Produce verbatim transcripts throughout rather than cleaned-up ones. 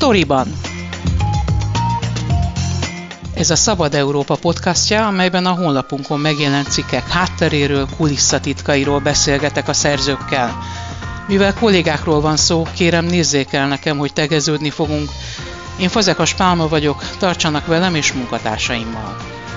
Sztoriban. Ez a Szabad Európa podcastja, amelyben a honlapunkon megjelent cikkek hátteréről, kulisszatitkairól beszélgetek a szerzőkkel. Mivel kollégákról van szó, kérem nézzék el nekem, hogy tegeződni fogunk. Én Fazekas Pálma vagyok, tartsanak velem és munkatársaimmal.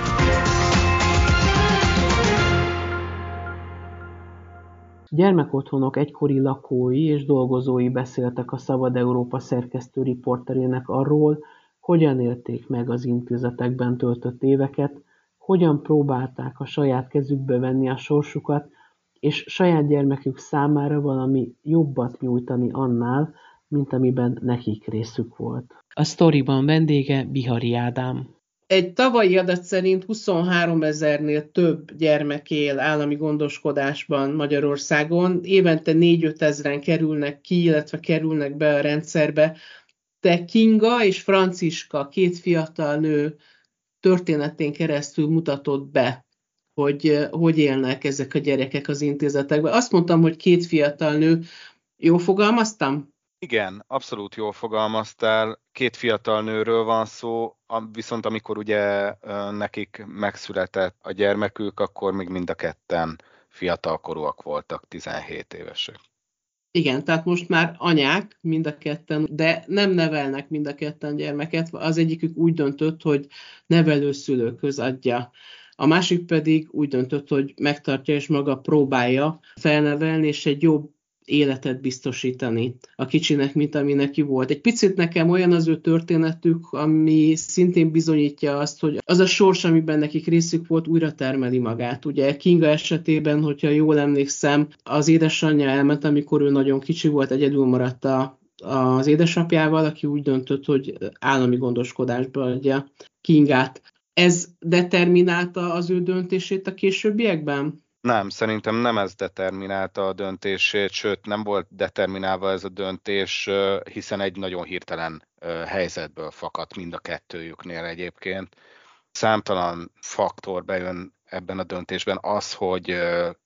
Gyermekotthonok egykori lakói és dolgozói beszéltek a Szabad Európa szerkesztő riporterének arról, hogyan élték meg az intézetekben töltött éveket, hogyan próbálták a saját kezükbe venni a sorsukat, és saját gyermekük számára valami jobbat nyújtani annál, mint amiben nekik részük volt. A sztoriban vendége Bihari Ádám. Egy tavalyi adat szerint huszonháromezernél több gyermek él állami gondoskodásban Magyarországon. Évente négy-öt ezren kerülnek ki, illetve kerülnek be a rendszerbe. Te Kinga és Franciska, két fiatal nő történetén keresztül mutatod be, hogy hogy élnek ezek a gyerekek az intézetekben. Azt mondtam, hogy két fiatal nő. Jól fogalmaztam? Igen, abszolút jól fogalmaztál. Két fiatal nőről van szó, viszont amikor ugye nekik megszületett a gyermekük, akkor még mind a ketten fiatalkorúak voltak, tizenhét évesek. Igen, tehát most már anyák mind a ketten, de nem nevelnek mind a ketten gyermeket. Az egyikük úgy döntött, hogy nevelőszülőkhöz adja. A másik pedig úgy döntött, hogy megtartja és maga próbálja felnevelni, és egy jobb életet biztosítani a kicsinek, mint ami neki volt. Egy picit nekem olyan az ő történetük, ami szintén bizonyítja azt, hogy az a sors, amiben nekik részük volt, újra termeli magát. Ugye Kinga esetében, hogyha jól emlékszem, az édesanyja elment, amikor ő nagyon kicsi volt, egyedül maradt a, az édesapjával, aki úgy döntött, hogy állami gondoskodásba adja Kingát. Ez determinálta az ő döntését a későbbiekben? Nem, szerintem nem ez determinálta a döntését, sőt nem volt determinálva ez a döntés, hiszen egy nagyon hirtelen helyzetből fakadt mind a kettőjüknél egyébként. Számtalan faktor bejön ebben a döntésben, az, hogy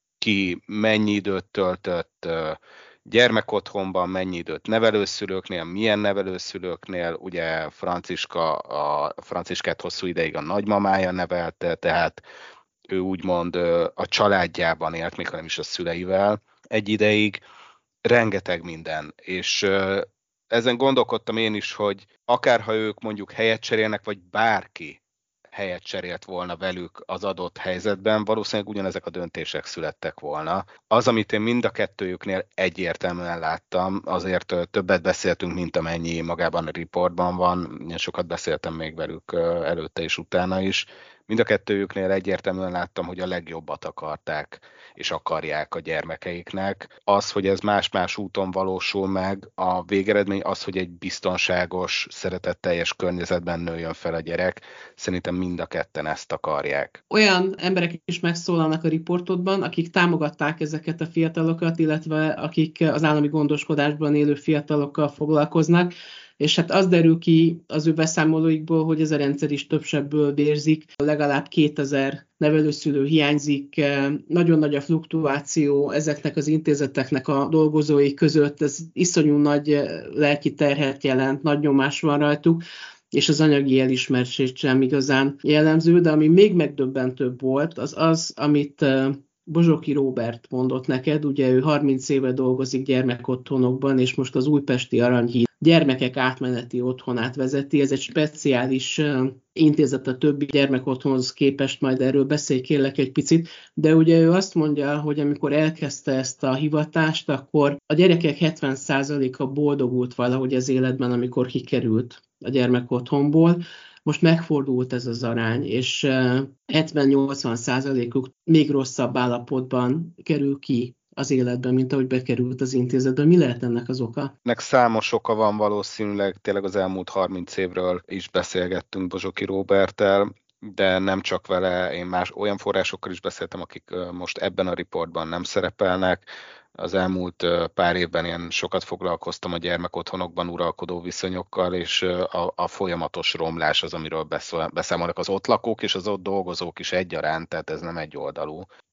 ki mennyi időt töltött gyermekotthonban, mennyi időt nevelőszülőknél, milyen nevelőszülőknél, ugye Franciska, a Franciskát hosszú ideig a nagymamája nevelte, tehát ő úgymond a családjában élt, még nem is a szüleivel egy ideig, rengeteg minden, és ezen gondolkodtam én is, hogy akárha ők mondjuk helyet cserélnek, vagy bárki helyet cserélt volna velük az adott helyzetben, valószínűleg ugyanezek a döntések születtek volna. Az, amit én mind a kettőjüknél egyértelműen láttam, azért többet beszéltünk, mint amennyi magában a riportban van, én sokat beszéltem még velük előtte és utána is. Mind a kettőjüknél egyértelműen láttam, hogy a legjobbat akarták és akarják a gyermekeiknek. Az, hogy ez más-más úton valósul meg, a végeredmény az, hogy egy biztonságos, szeretetteljes környezetben nőjön fel a gyerek. Szerintem mind a ketten ezt akarják. Olyan emberek is megszólalnak a riportodban, akik támogatták ezeket a fiatalokat, illetve akik az állami gondoskodásban élő fiatalokkal foglalkoznak, és hát az derül ki az ő beszámolóikból, hogy ez a rendszer is több sebből vérzik. Legalább kétezer nevelőszülő hiányzik, nagyon nagy a fluktuáció ezeknek az intézeteknek a dolgozói között, ez iszonyú nagy lelki terhet jelent, nagy nyomás van rajtuk, és az anyagi elismertség sem igazán jellemző, de ami még megdöbbentőbb volt, az az, amit Bozsoki Róbert mondott neked, ugye ő harminc éve dolgozik gyermekotthonokban, és most az újpesti Aranyhíd gyermekek átmeneti otthonát vezeti. Ez egy speciális intézet a többi gyermekotthonhoz képest, majd erről beszélj kérlek egy picit, de ugye ő azt mondja, hogy amikor elkezdte ezt a hivatást, akkor a gyerekek hetven százaléka boldogult valahogy az életben, amikor kikerült a gyermekotthonból. Most megfordult ez az arány, és hetven-nyolcvan százalékuk még rosszabb állapotban kerül ki az életben, mint ahogy bekerült az intézetbe. Mi lehet ennek az oka? Nek számos oka van valószínűleg, tényleg az elmúlt harminc évről is beszélgettünk Bozsoki Róberttel, de nem csak vele, én más olyan forrásokkal is beszéltem, akik most ebben a riportban nem szerepelnek. Az elmúlt pár évben én sokat foglalkoztam a gyermekotthonokban uralkodó viszonyokkal, és a, a folyamatos romlás az, amiről beszámolnak az ott lakók és az ott dolgozók is egyaránt, tehát ez nem egy oldalú.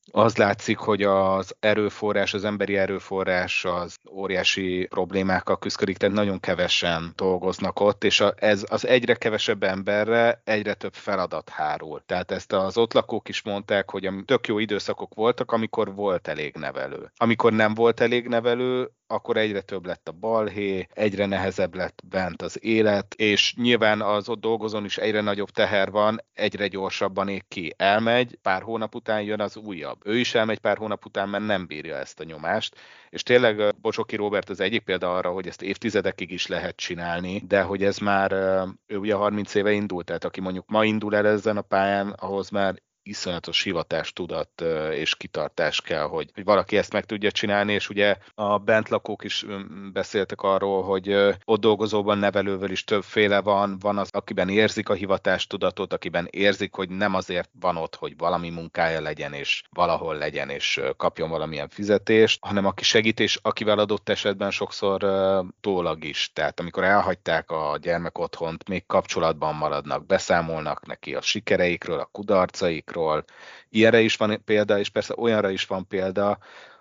Az látszik, hogy az erőforrás, az emberi erőforrás az óriási problémákkal küzdik, tehát nagyon kevesen dolgoznak ott, és ez az egyre kevesebb emberre egyre több feladat hárul. Tehát ezt az ott lakók is mondták, hogy tök jó időszakok voltak, amikor volt elég nevelő. Amikor nem volt elég nevelő, akkor egyre több lett a balhé, egyre nehezebb lett bent az élet, és nyilván az ott dolgozón is egyre nagyobb teher van, egyre gyorsabban ég ki. Elmegy, pár hónap után jön az újabb. Ő is elmegy pár hónap után, mert nem bírja ezt a nyomást. És tényleg Bocsoki Róbert az egyik példa arra, hogy ezt évtizedekig is lehet csinálni, de hogy ez már, ő ugye harminc éve indult, tehát aki mondjuk ma indul el ezen a pályán, ahhoz már iszonyatos hivatástudat és kitartás kell, hogy, hogy valaki ezt meg tudja csinálni, és ugye a bentlakók is beszéltek arról, hogy ott dolgozóban nevelővel is többféle van, van az, akiben érzik a hivatástudatot, akiben érzik, hogy nem azért van ott, hogy valami munkája legyen, és valahol legyen, és kapjon valamilyen fizetést, hanem aki segít, és akivel adott esetben sokszor tólag is. Tehát amikor elhagyták a gyermek otthont, még kapcsolatban maradnak, beszámolnak neki a sikereikről, a kudarcaikról. Ilyenre is van példa, és persze olyanra is van példa,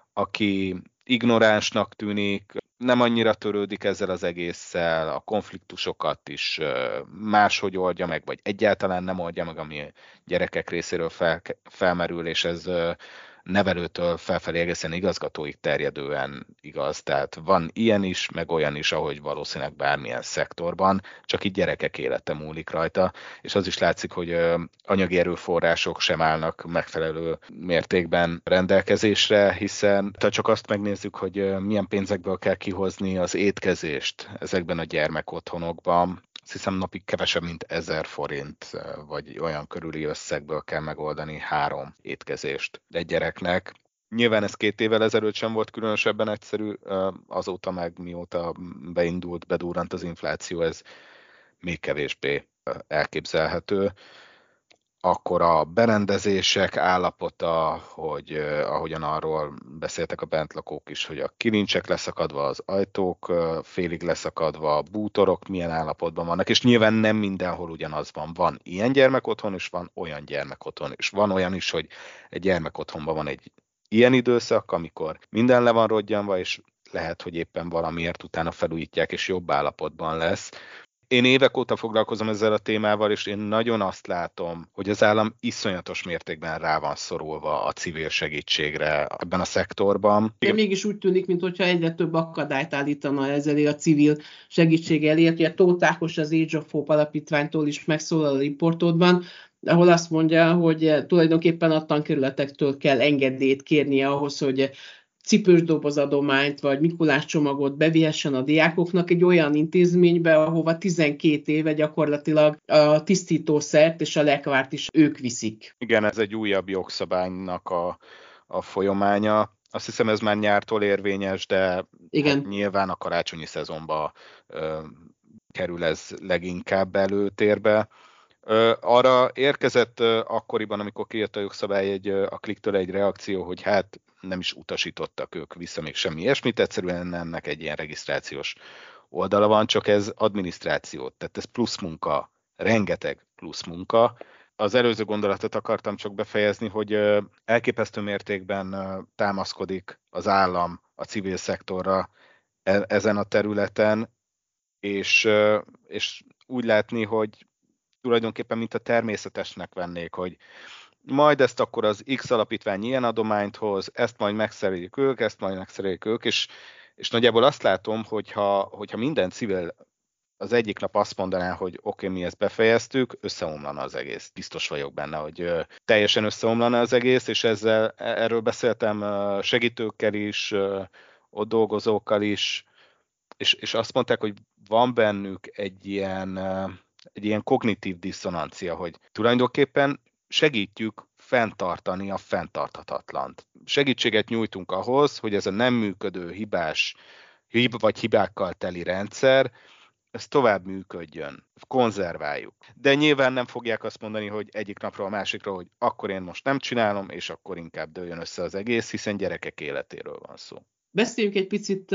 aki ignoránsnak tűnik, nem annyira törődik ezzel az egésszel, a konfliktusokat is máshogy oldja meg, vagy egyáltalán nem oldja meg, ami gyerekek részéről fel, felmerül, és ez nevelőtől felfelé egészen igazgatóig terjedően igaz. Tehát van ilyen is, meg olyan is, ahogy valószínűleg bármilyen szektorban, csak így gyerekek élete múlik rajta, és az is látszik, hogy anyagi erőforrások sem állnak megfelelő mértékben rendelkezésre, hiszen ha csak azt megnézzük, hogy milyen pénzekből kell kihozni az étkezést ezekben a gyermekotthonokban, azt hiszem napig kevesebb, mint ezer forint, vagy olyan körüli összegből kell megoldani három étkezést egy gyereknek. Nyilván ez két évvel ezelőtt sem volt különösebben egyszerű, azóta meg mióta beindult, bedurrant az infláció, ez még kevésbé elképzelhető. Akkor a berendezések állapota, hogy ahogyan arról beszéltek a bentlakók is, hogy a kilincsek leszakadva, az ajtók félig leszakadva, a bútorok milyen állapotban vannak, és nyilván nem mindenhol ugyanaz van. Van ilyen gyermekotthon, és van olyan gyermekotthon, és van olyan is, hogy egy gyermekotthonban van egy ilyen időszak, amikor minden le van rodgyanva, és lehet, hogy éppen valamiért utána felújítják, és jobb állapotban lesz. Én évek óta foglalkozom ezzel a témával, és én nagyon azt látom, hogy az állam iszonyatos mértékben rá van szorulva a civil segítségre ebben a szektorban. De mégis úgy tűnik, mintha egyre több akadályt állítana ezzel a civil segítség elé. Ugye Tóth Ákos az Age of Hope alapítványtól is megszólal a riportodban, ahol azt mondja, hogy tulajdonképpen a tankerületektől kell engedélyt kérnie ahhoz, hogy cipős dobozadományt vagy Mikulás csomagot bevihessen a diákoknak egy olyan intézménybe, ahova tizenkét éve gyakorlatilag a tisztítószert és a lekvárt is ők viszik. Igen, ez egy újabb jogszabálynak a, a folyamánya. Azt hiszem, ez már nyártól érvényes, de Igen. Hát nyilván a karácsonyi szezonba ö, kerül ez leginkább előtérbe. Ö, arra érkezett ö, akkoriban, amikor kijött a jogszabály, egy, ö, a Kliktől egy reakció, hogy hát nem is utasítottak ők vissza még semmi ilyesmit, egyszerűen ennek egy ilyen regisztrációs oldala van, csak ez adminisztráció, tehát ez plusz munka, rengeteg plusz munka. Az előző gondolatot akartam csak befejezni, hogy elképesztő mértékben támaszkodik az állam a civil szektorra ezen a területen, és, és úgy látni, hogy tulajdonképpen mint a természetesnek vennék, hogy majd ezt akkor az X alapítvány ilyen adományt hoz, ezt majd megszereljük ők, ezt majd megszereljük ők, és, és nagyjából azt látom, hogyha, hogyha minden civil az egyik nap azt mondaná, hogy oké, okay, mi ezt befejeztük, összeomlana az egész. Biztos vagyok benne, hogy teljesen összeomlana az egész, és ezzel, erről beszéltem segítőkkel is, ott dolgozókkal is, és, és azt mondták, hogy van bennük egy ilyen, egy ilyen kognitív diszonancia, hogy tulajdonképpen segítjük fenntartani a fenntarthatatlant. Segítséget nyújtunk ahhoz, hogy ez a nem működő, hibás, hib vagy hibákkal teli rendszer, ez tovább működjön, konzerváljuk. De nyilván nem fogják azt mondani, hogy egyik napról a másikra, hogy akkor én most nem csinálom, és akkor inkább dőljön össze az egész, hiszen gyerekek életéről van szó. Beszéljünk egy picit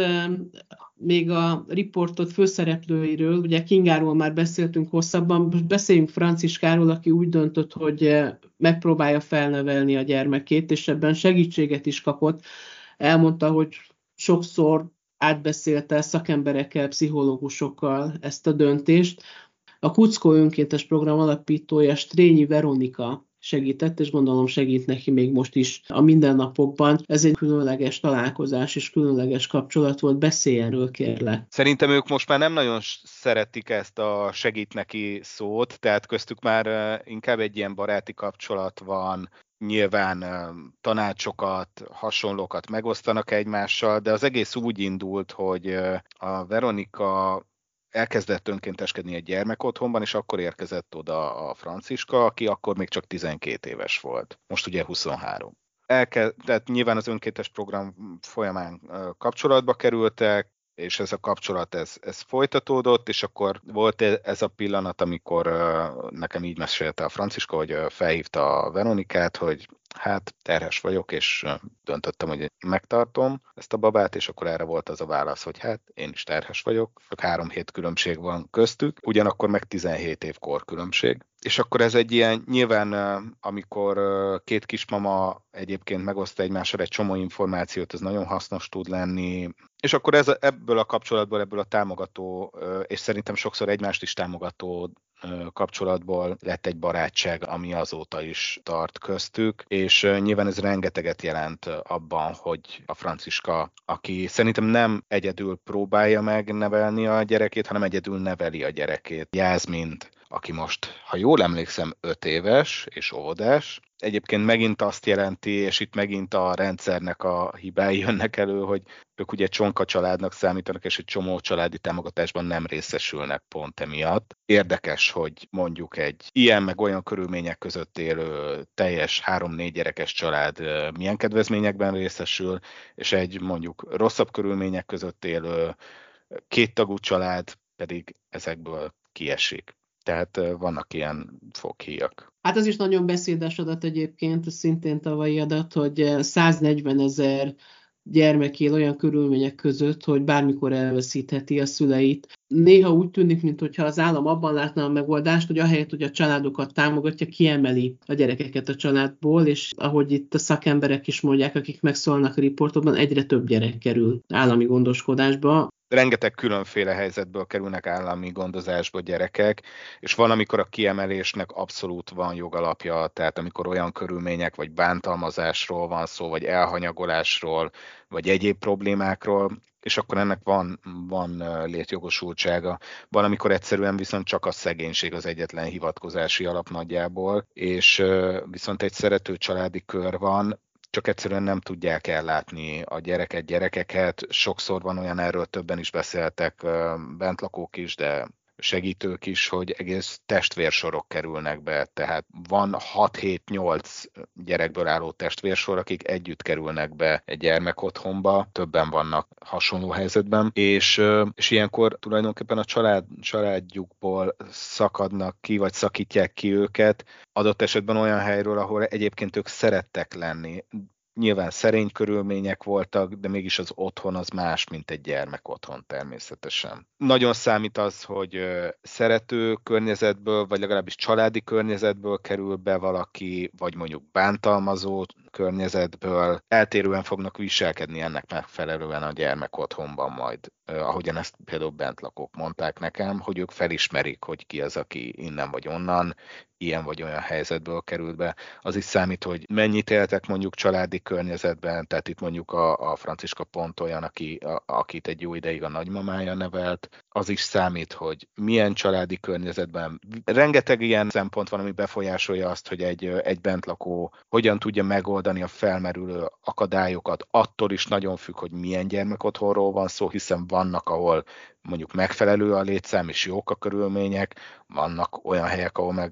még a riportot főszereplőiről. Ugye Kingáról már beszéltünk hosszabban, most beszéljünk Franciskáról, aki úgy döntött, hogy megpróbálja felnevelni a gyermekét, és ebben segítséget is kapott. Elmondta, hogy sokszor átbeszélte szakemberekkel, pszichológusokkal ezt a döntést. A Kuckó önkéntes program alapítója, Strényi Veronika segített, és gondolom segít neki még most is a mindennapokban. Ez egy különleges találkozás és különleges kapcsolat volt. Beszélj erről, kérlek. Szerintem ők most már nem nagyon szeretik ezt a segít neki szót, tehát köztük már inkább egy ilyen baráti kapcsolat van, nyilván tanácsokat, hasonlókat megosztanak egymással, de az egész úgy indult, hogy a Veronika elkezdett önkénteskedni egy gyermekotthonban, és akkor érkezett oda a Franciska, aki akkor még csak tizenkét éves volt. Most ugye huszonhárom. Elke, tehát nyilván az önkéntes program folyamán kapcsolatba kerültek, és ez a kapcsolat ez, ez folytatódott, és akkor volt ez a pillanat, amikor nekem így mesélte a Franciska, hogy felhívta a Veronikát, hogy hát terhes vagyok, és döntöttem, hogy megtartom ezt a babát, és akkor erre volt az a válasz, hogy hát én is terhes vagyok, csak három hét különbség van köztük, ugyanakkor meg tizenhét év korkülönbség. És akkor ez egy ilyen, nyilván amikor két kismama egyébként megosztja egymással egy csomó információt, ez nagyon hasznos tud lenni, és akkor ez, ebből a kapcsolatból, ebből a támogató, és szerintem sokszor egymást is támogató kapcsolatból lett egy barátság, ami azóta is tart köztük, és nyilván ez rengeteget jelent abban, hogy a Franciska, aki szerintem nem egyedül próbálja megnevelni a gyerekét, hanem egyedül neveli a gyerekét. Jászmint, aki most, ha jól emlékszem, öt éves és óvodás. Egyébként megint azt jelenti, és itt megint a rendszernek a hibái jönnek elő, hogy ők ugye csonka családnak számítanak, és egy csomó családi támogatásban nem részesülnek pont emiatt. Érdekes, hogy mondjuk egy ilyen meg olyan körülmények között élő teljes három-négy gyerekes család milyen kedvezményekben részesül, és egy mondjuk rosszabb körülmények között élő kéttagú család pedig ezekből kiesik. Tehát vannak ilyen foghíjak. Hát az is nagyon beszédes adat egyébként, ez szintén tavalyi adat, hogy száznegyvenezer gyermek él olyan körülmények között, hogy bármikor elveszítheti a szüleit. Néha úgy tűnik, mintha az állam abban látna a megoldást, hogy ahelyett, hogy a családokat támogatja, kiemeli a gyerekeket a családból, és ahogy itt a szakemberek is mondják, akik megszólnak a riportokban, egyre több gyerek kerül állami gondoskodásba. Rengeteg különféle helyzetből kerülnek állami gondozásba gyerekek, és van, amikor a kiemelésnek abszolút van jogalapja, tehát amikor olyan körülmények, vagy bántalmazásról van szó, vagy elhanyagolásról, vagy egyéb problémákról, és akkor ennek van, van létjogosultsága. Van, amikor egyszerűen viszont csak a szegénység az egyetlen hivatkozási alap nagyjából, és viszont egy szerető családi kör van, csak egyszerűen nem tudják ellátni a gyereket, gyerekeket. Sokszor van olyan, erről többen is beszéltek, bentlakók is, de segítők is, hogy egész testvérsorok kerülnek be, tehát van hat-hét-nyolc gyerekből álló testvérsor, akik együtt kerülnek be egy gyermekotthonba, többen vannak hasonló helyzetben, és, és ilyenkor tulajdonképpen a család, családjukból szakadnak ki, vagy szakítják ki őket, adott esetben olyan helyről, ahol egyébként ők szerettek lenni. Nyilván szerény körülmények voltak, de mégis az otthon az más, mint egy gyermek otthon természetesen. Nagyon számít az, hogy szerető környezetből, vagy legalábbis családi környezetből kerül be valaki, vagy mondjuk bántalmazó környezetből. Eltérően fognak viselkedni ennek megfelelően a gyermek otthonban majd. Ahogyan ezt például bentlakók mondták nekem, hogy ők felismerik, hogy ki az, aki innen vagy onnan, ilyen vagy olyan helyzetből került be. Az is számít, hogy mennyit éltek mondjuk családi környezetben, tehát itt mondjuk a, a Franciska pont olyan, aki, a, akit egy jó ideig a nagymamája nevelt. Az is számít, hogy milyen családi környezetben. Rengeteg ilyen szempont van, ami befolyásolja azt, hogy egy, egy bentlakó hogyan tudja megoldani a felmerülő akadályokat. Attól is nagyon függ, hogy milyen gyermekotthonról van szó, hiszen vannak, ahol mondjuk megfelelő a létszám és jók a körülmények, vannak olyan helyek, ahol meg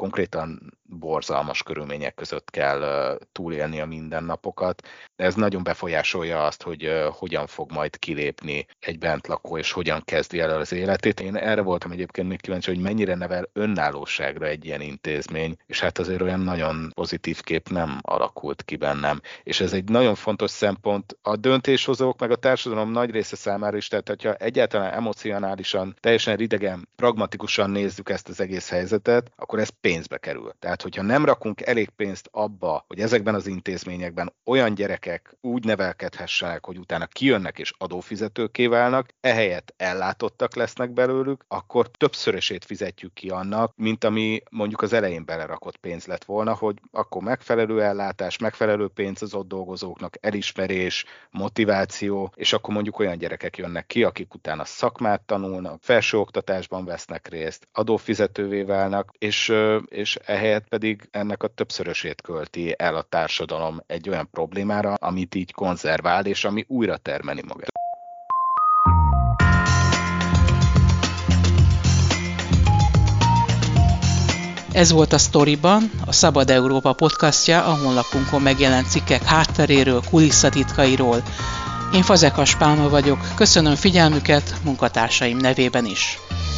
konkrétan borzalmas körülmények között kell túlélni a mindennapokat. Ez nagyon befolyásolja azt, hogy hogyan fog majd kilépni egy bentlakó, és hogyan kezdi el az életét. Én erre voltam egyébként még kíváncsi, hogy mennyire nevel önállóságra egy ilyen intézmény, és hát azért olyan nagyon pozitív kép nem alakult ki bennem. És ez egy nagyon fontos szempont a döntéshozók, meg a társadalom nagy része számára is, tehát hogyha egyáltalán emocionálisan, teljesen ridegen, pragmatikusan nézzük ezt az egész helyzetet, akkor ez pénzbe kerül. Tehát, hogyha nem rakunk elég pénzt abba, hogy ezekben az intézményekben olyan gyerekek úgy nevelkedhessenek, hogy utána kijönnek és adófizetőké válnak, ehelyett ellátottak lesznek belőlük, akkor többszörösét fizetjük ki annak, mint ami mondjuk az elején belerakott pénz lett volna, hogy akkor megfelelő ellátás, megfelelő pénz az ott dolgozóknak, elismerés, motiváció, és akkor mondjuk olyan gyerekek jönnek ki, akik utána szakmát tanulnak, felsőoktatásban vesznek részt, adófizetővé válnak, és, és ehelyett pedig ennek a többszörösét költi el a társadalom egy olyan problémára, amit így konzervál, és ami újra termeli magát. Ez volt a Sztoriban, a Szabad Európa podcastja, a honlapunkon megjelent cikkek hátteréről, kulisszatitkairól. Én Fazekas Pálma vagyok, köszönöm figyelmüket munkatársaim nevében is.